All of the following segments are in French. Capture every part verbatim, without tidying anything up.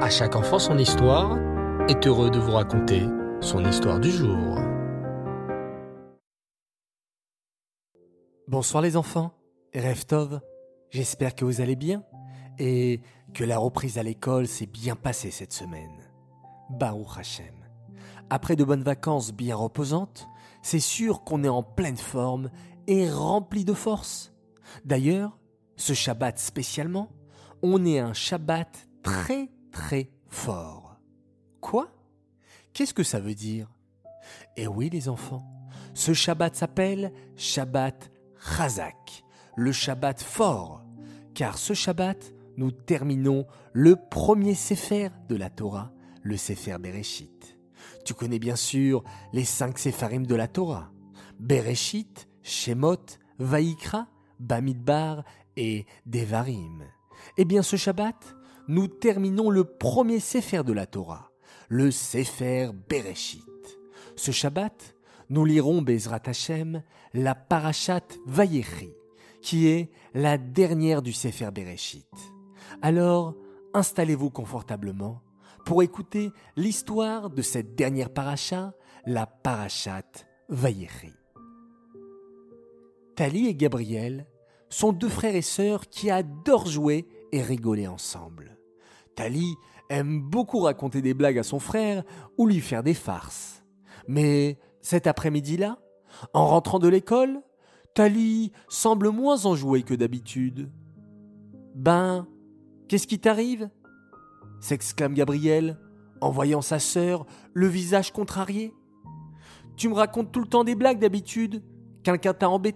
À chaque enfant son histoire est heureux de vous raconter son histoire du jour. Bonsoir les enfants, Erev Tov, j'espère que vous allez bien et que la reprise à l'école s'est bien passée cette semaine. Baruch Hashem. Après de bonnes vacances bien reposantes, c'est sûr qu'on est en pleine forme et rempli de force. D'ailleurs, ce Shabbat spécialement, on est un Shabbat très très fort. Quoi ? Qu'est-ce que ça veut dire ? Eh oui les enfants, ce Shabbat s'appelle Shabbat Chazak, le Shabbat fort, car ce Shabbat, nous terminons le premier Sefer de la Torah, le Sefer Bereshit. Tu connais bien sûr les cinq Sepharim de la Torah, Bereshit, Shemot, Vaïkra, Bamidbar et Devarim. Eh bien ce Shabbat, nous terminons le premier Sefer de la Torah, le Sefer Bereshit. Ce Shabbat, nous lirons Bezrat Hashem, la Parashat Vayechi, qui est la dernière du Sefer Bereshit. Alors, installez-vous confortablement pour écouter l'histoire de cette dernière parasha, la Parashat Vayechi. Tali et Gabriel sont deux frères et sœurs qui adorent jouer et rigoler ensemble. Tali aime beaucoup raconter des blagues à son frère ou lui faire des farces. Mais cet après-midi-là, en rentrant de l'école, Tali semble moins enjouée que d'habitude. « Ben, qu'est-ce qui t'arrive ?» s'exclame Gabriel en voyant sa sœur le visage contrarié. « Tu me racontes tout le temps des blagues d'habitude. Quelqu'un t'a embêté ?»«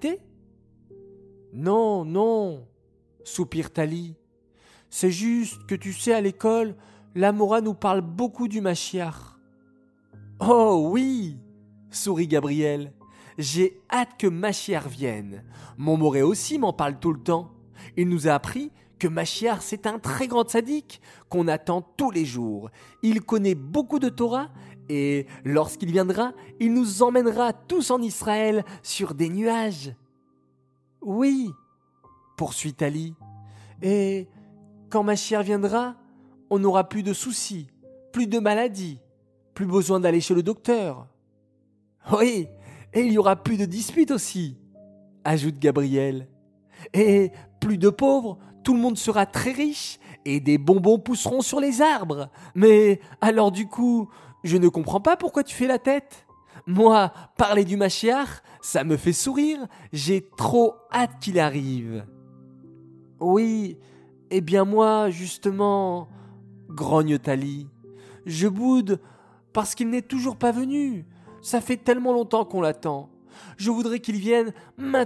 Non, non, » soupire Tali. « C'est juste que tu sais, à l'école, la Mora nous parle beaucoup du Mashiach. »« Oh oui !» sourit Gabriel. « J'ai hâte que Mashiach vienne. Mon Moré aussi m'en parle tout le temps. Il nous a appris que Mashiach, c'est un très grand tzaddik qu'on attend tous les jours. Il connaît beaucoup de Torah et lorsqu'il viendra, il nous emmènera tous en Israël sur des nuages. »« Oui, » poursuit Tali. « Et quand Mashiach viendra, on n'aura plus de soucis, plus de maladies, plus besoin d'aller chez le docteur. »« Oui, et il y aura plus de disputes aussi, » ajoute Gabriel. « Et plus de pauvres, tout le monde sera très riche et des bonbons pousseront sur les arbres. Mais alors du coup, je ne comprends pas pourquoi tu fais la tête. Moi, parler du Mashiach, ça me fait sourire. J'ai trop hâte qu'il arrive. »« Oui, eh bien moi, justement, » grogne Tali. « Je boude parce qu'il n'est toujours pas venu. Ça fait tellement longtemps qu'on l'attend. Je voudrais qu'il vienne maintenant. »«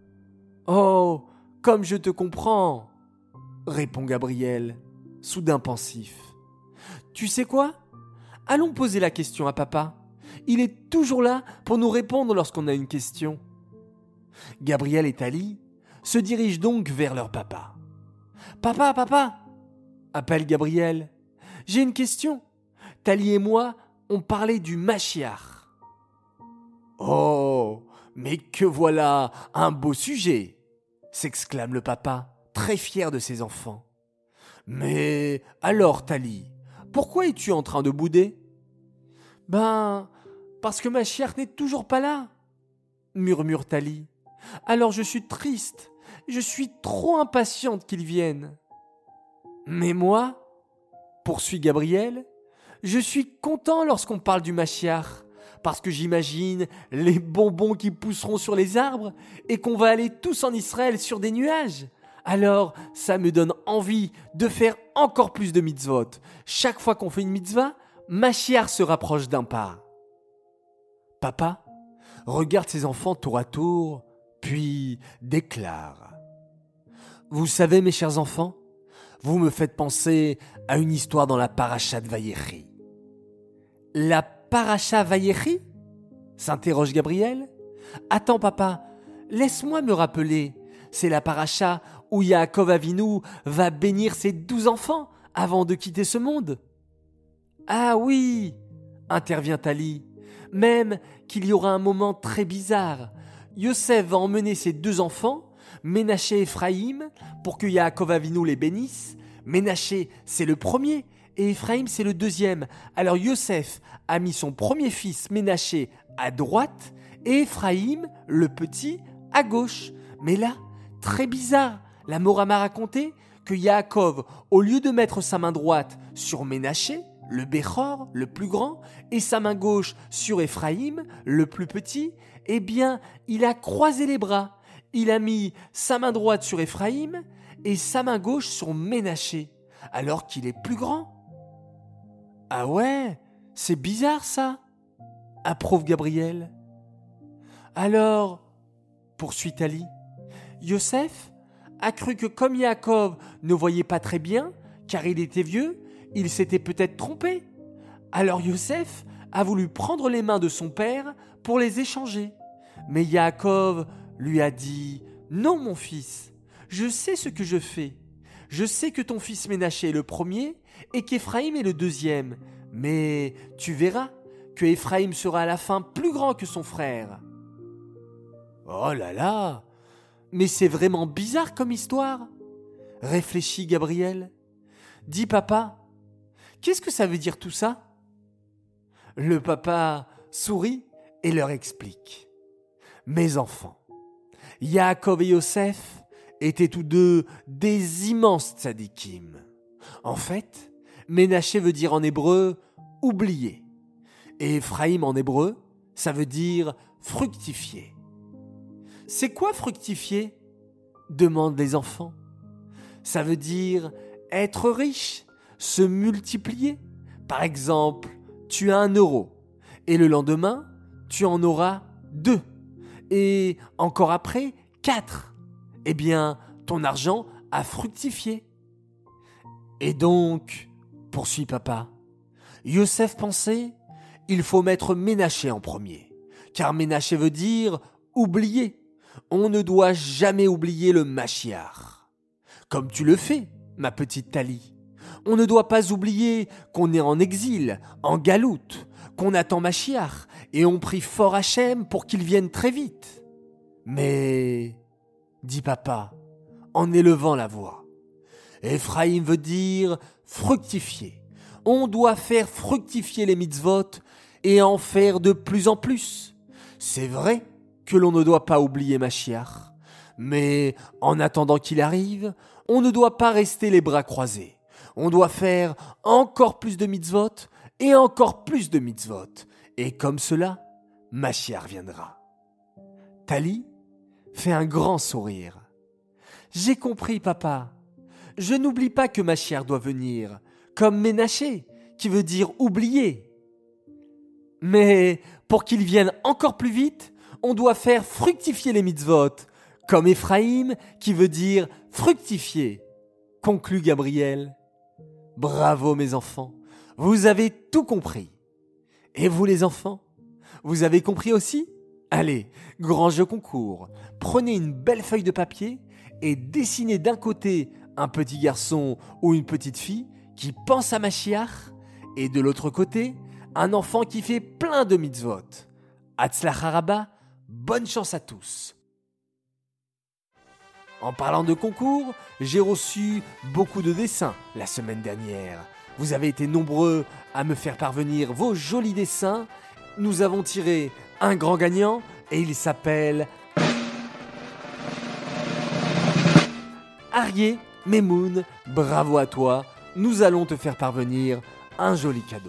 Oh, comme je te comprends, » répond Gabriel, soudain pensif. « Tu sais quoi ? Allons poser la question à papa. Il est toujours là pour nous répondre lorsqu'on a une question. » Gabriel et Tali se dirigent donc vers leur papa. « Papa, papa !» appelle Gabriel. « J'ai une question. Tali et moi, on parlait du Mashiach. »« Oh, mais que voilà un beau sujet !» s'exclame le papa, très fier de ses enfants. « Mais alors, Tali, pourquoi es-tu en train de bouder ?»« Ben, parce que Mashiach n'est toujours pas là, » murmure Tali. « Alors je suis triste, je suis trop impatiente qu'il vienne. »« Mais moi, » poursuit Gabriel, « je suis content lorsqu'on parle du Mashiach, parce que j'imagine les bonbons qui pousseront sur les arbres et qu'on va aller tous en Israël sur des nuages. Alors, ça me donne envie de faire encore plus de mitzvot. Chaque fois qu'on fait une mitzvah, Mashiach se rapproche d'un pas. » Papa regarde ses enfants tour à tour, puis déclare. « Vous savez, mes chers enfants, vous me faites penser à une histoire dans la Parashat Vayechi. »« La Parashat Vayechi ?» s'interroge Gabriel. « Attends papa, laisse-moi me rappeler. C'est la Parasha où Yaakov Avinu va bénir ses douze enfants avant de quitter ce monde. »« Ah oui !» intervient Tali. « Même qu'il y aura un moment très bizarre. Yosef va emmener ses deux enfants, Ménaché et Ephraïm, pour que Yaakov Avinu les bénisse, Ménaché, c'est le premier et Ephraïm, c'est le deuxième. Alors Yosef a mis son premier fils Ménaché à droite et Ephraïm, le petit, à gauche. Mais là, très bizarre, la Mora m'a raconté que Yaakov, au lieu de mettre sa main droite sur Ménaché, le Béchor, le plus grand, et sa main gauche sur Ephraïm, le plus petit, eh bien, il a croisé les bras. Il a mis sa main droite sur Ephraïm et sa main gauche sur Ménaché, alors qu'il est plus grand. Ah ouais, c'est bizarre ça, approuve Gabriel. Alors, poursuit Tali, Yosef a cru que comme Yaakov ne voyait pas très bien, car il était vieux, il s'était peut-être trompé. Alors Yosef a voulu prendre les mains de son père pour les échanger. Mais Yaakov lui a dit « Non mon fils, je sais ce que je fais. Je sais que ton fils Ménaché est le premier et qu'Éphraïm est le deuxième. Mais tu verras que Éphraïm sera à la fin plus grand que son frère. » Oh là là, mais c'est vraiment bizarre comme histoire, réfléchit Gabriel. Dis papa, qu'est-ce que ça veut dire tout ça ? Le papa sourit et leur explique. Mes enfants, Yaakov et Yosef étaient tous deux des immenses tzadikim. En fait, Ménaché veut dire en hébreu « oublier » et Ephraïm en hébreu, ça veut dire « fructifier ». C'est quoi fructifier ? Demandent les enfants. Ça veut dire être riche, se multiplier. Par exemple, tu as un euro et le lendemain, tu en auras deux. Et encore après, quatre. Eh bien, ton argent a fructifié. Et donc, poursuit papa, Yosef pensait, il faut mettre Ménaché en premier, car Ménaché veut dire oublier. On ne doit jamais oublier le Machiar. Comme tu le fais, ma petite Tali. On ne doit pas oublier qu'on est en exil, en galoute, qu'on attend Machiar, et on prie fort Hachem pour qu'il vienne très vite. Mais, dit papa, en élevant la voix, Ephraïm veut dire fructifier. On doit faire fructifier les mitzvot et en faire de plus en plus. C'est vrai que l'on ne doit pas oublier Machiar, mais en attendant qu'il arrive, on ne doit pas rester les bras croisés. On doit faire encore plus de mitzvot et encore plus de mitzvot. Et comme cela, Machiar viendra. Tali fait un grand sourire. J'ai compris, papa. Je n'oublie pas que Machiar doit venir, comme Ménaché, qui veut dire oublier. Mais pour qu'il vienne encore plus vite, on doit faire fructifier les mitzvot, comme Ephraïm, qui veut dire fructifier, conclut Gabriel. Bravo mes enfants, vous avez tout compris. Et vous les enfants, vous avez compris aussi ? Allez, grand jeu concours. Prenez une belle feuille de papier et dessinez d'un côté un petit garçon ou une petite fille qui pense à Machiar et de l'autre côté, un enfant qui fait plein de mitzvot. Hatzlacha Rabba, bonne chance à tous. En parlant de concours, j'ai reçu beaucoup de dessins la semaine dernière. Vous avez été nombreux à me faire parvenir vos jolis dessins. Nous avons tiré un grand gagnant et il s'appelle Arié Memoun. Bravo à toi, nous allons te faire parvenir un joli cadeau.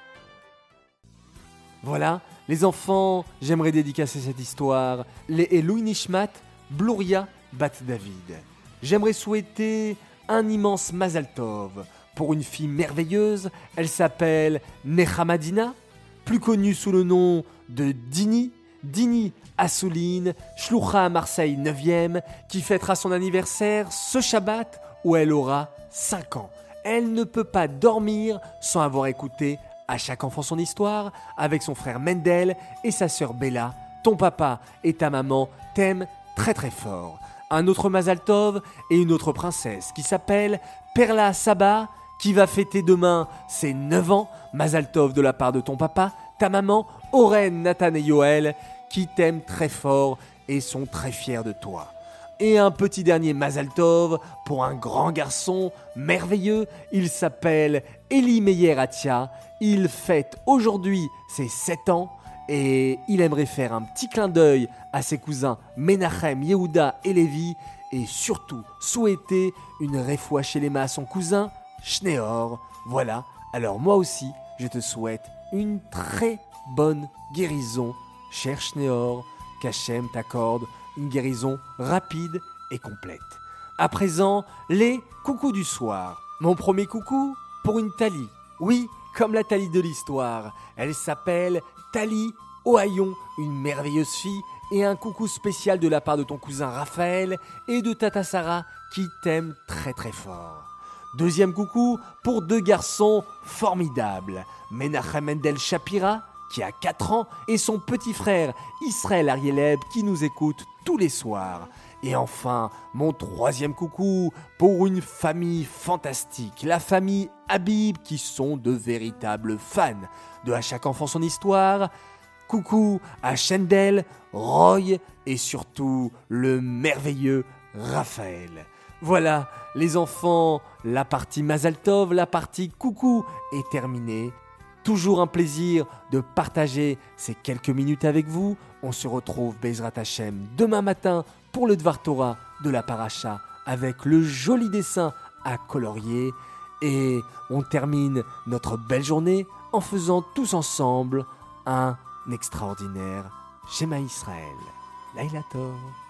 Voilà, les enfants, j'aimerais dédicacer cette histoire, les Eloi Nishmat, Bluria, Bat David. J'aimerais souhaiter un immense Mazal Tov pour une fille merveilleuse. Elle s'appelle Nechamadina, plus connue sous le nom de Dini, Dini Assouline, Shloucha à Marseille neuvième, qui fêtera son anniversaire ce Shabbat où elle aura cinq ans. Elle ne peut pas dormir sans avoir écouté à chaque enfant son histoire avec son frère Mendel et sa sœur Bella. Ton papa et ta maman t'aiment très très fort. Un autre Mazal Tov et une autre princesse qui s'appelle Perla Saba, qui va fêter demain ses neuf ans. Mazal Tov de la part de ton papa, ta maman, Oren, Nathan et Yoël, qui t'aiment très fort et sont très fiers de toi. Et un petit dernier Mazal Tov pour un grand garçon merveilleux. Il s'appelle Eli Meyer Atia. Il fête aujourd'hui ses sept ans et il aimerait faire un petit clin d'œil à ses cousins Menachem, Yehuda et Lévi et surtout souhaiter une réfoua shelema à son cousin Shneor. Voilà, alors moi aussi je te souhaite une très bonne guérison, cher Shneor, qu'Hachem t'accorde une guérison rapide et complète. À présent, les coucous du soir. Mon premier coucou pour une Tali. Oui, comme la Tali de l'histoire. Elle s'appelle Tali Ohayon, une merveilleuse fille, et un coucou spécial de la part de ton cousin Raphaël et de Tata Sarah qui t'aiment très très fort. Deuxième coucou pour deux garçons formidables. Menachem Mendel Shapira, qui a quatre ans, et son petit frère Israël Arieleb qui nous écoute tous les soirs. Et enfin, mon troisième coucou pour une famille fantastique, la famille Habib qui sont de véritables fans de À chaque enfant son histoire. Coucou à Shendel, Roy et surtout le merveilleux Raphaël. Voilà, les enfants, la partie Mazal Tov, la partie coucou est terminée. Toujours un plaisir de partager ces quelques minutes avec vous. On se retrouve Bezrat Hashem demain matin pour le Dvar Torah de la Paracha avec le joli dessin à colorier. Et on termine notre belle journée en faisant tous ensemble un extraordinaire Shema Israël. Laila Tov.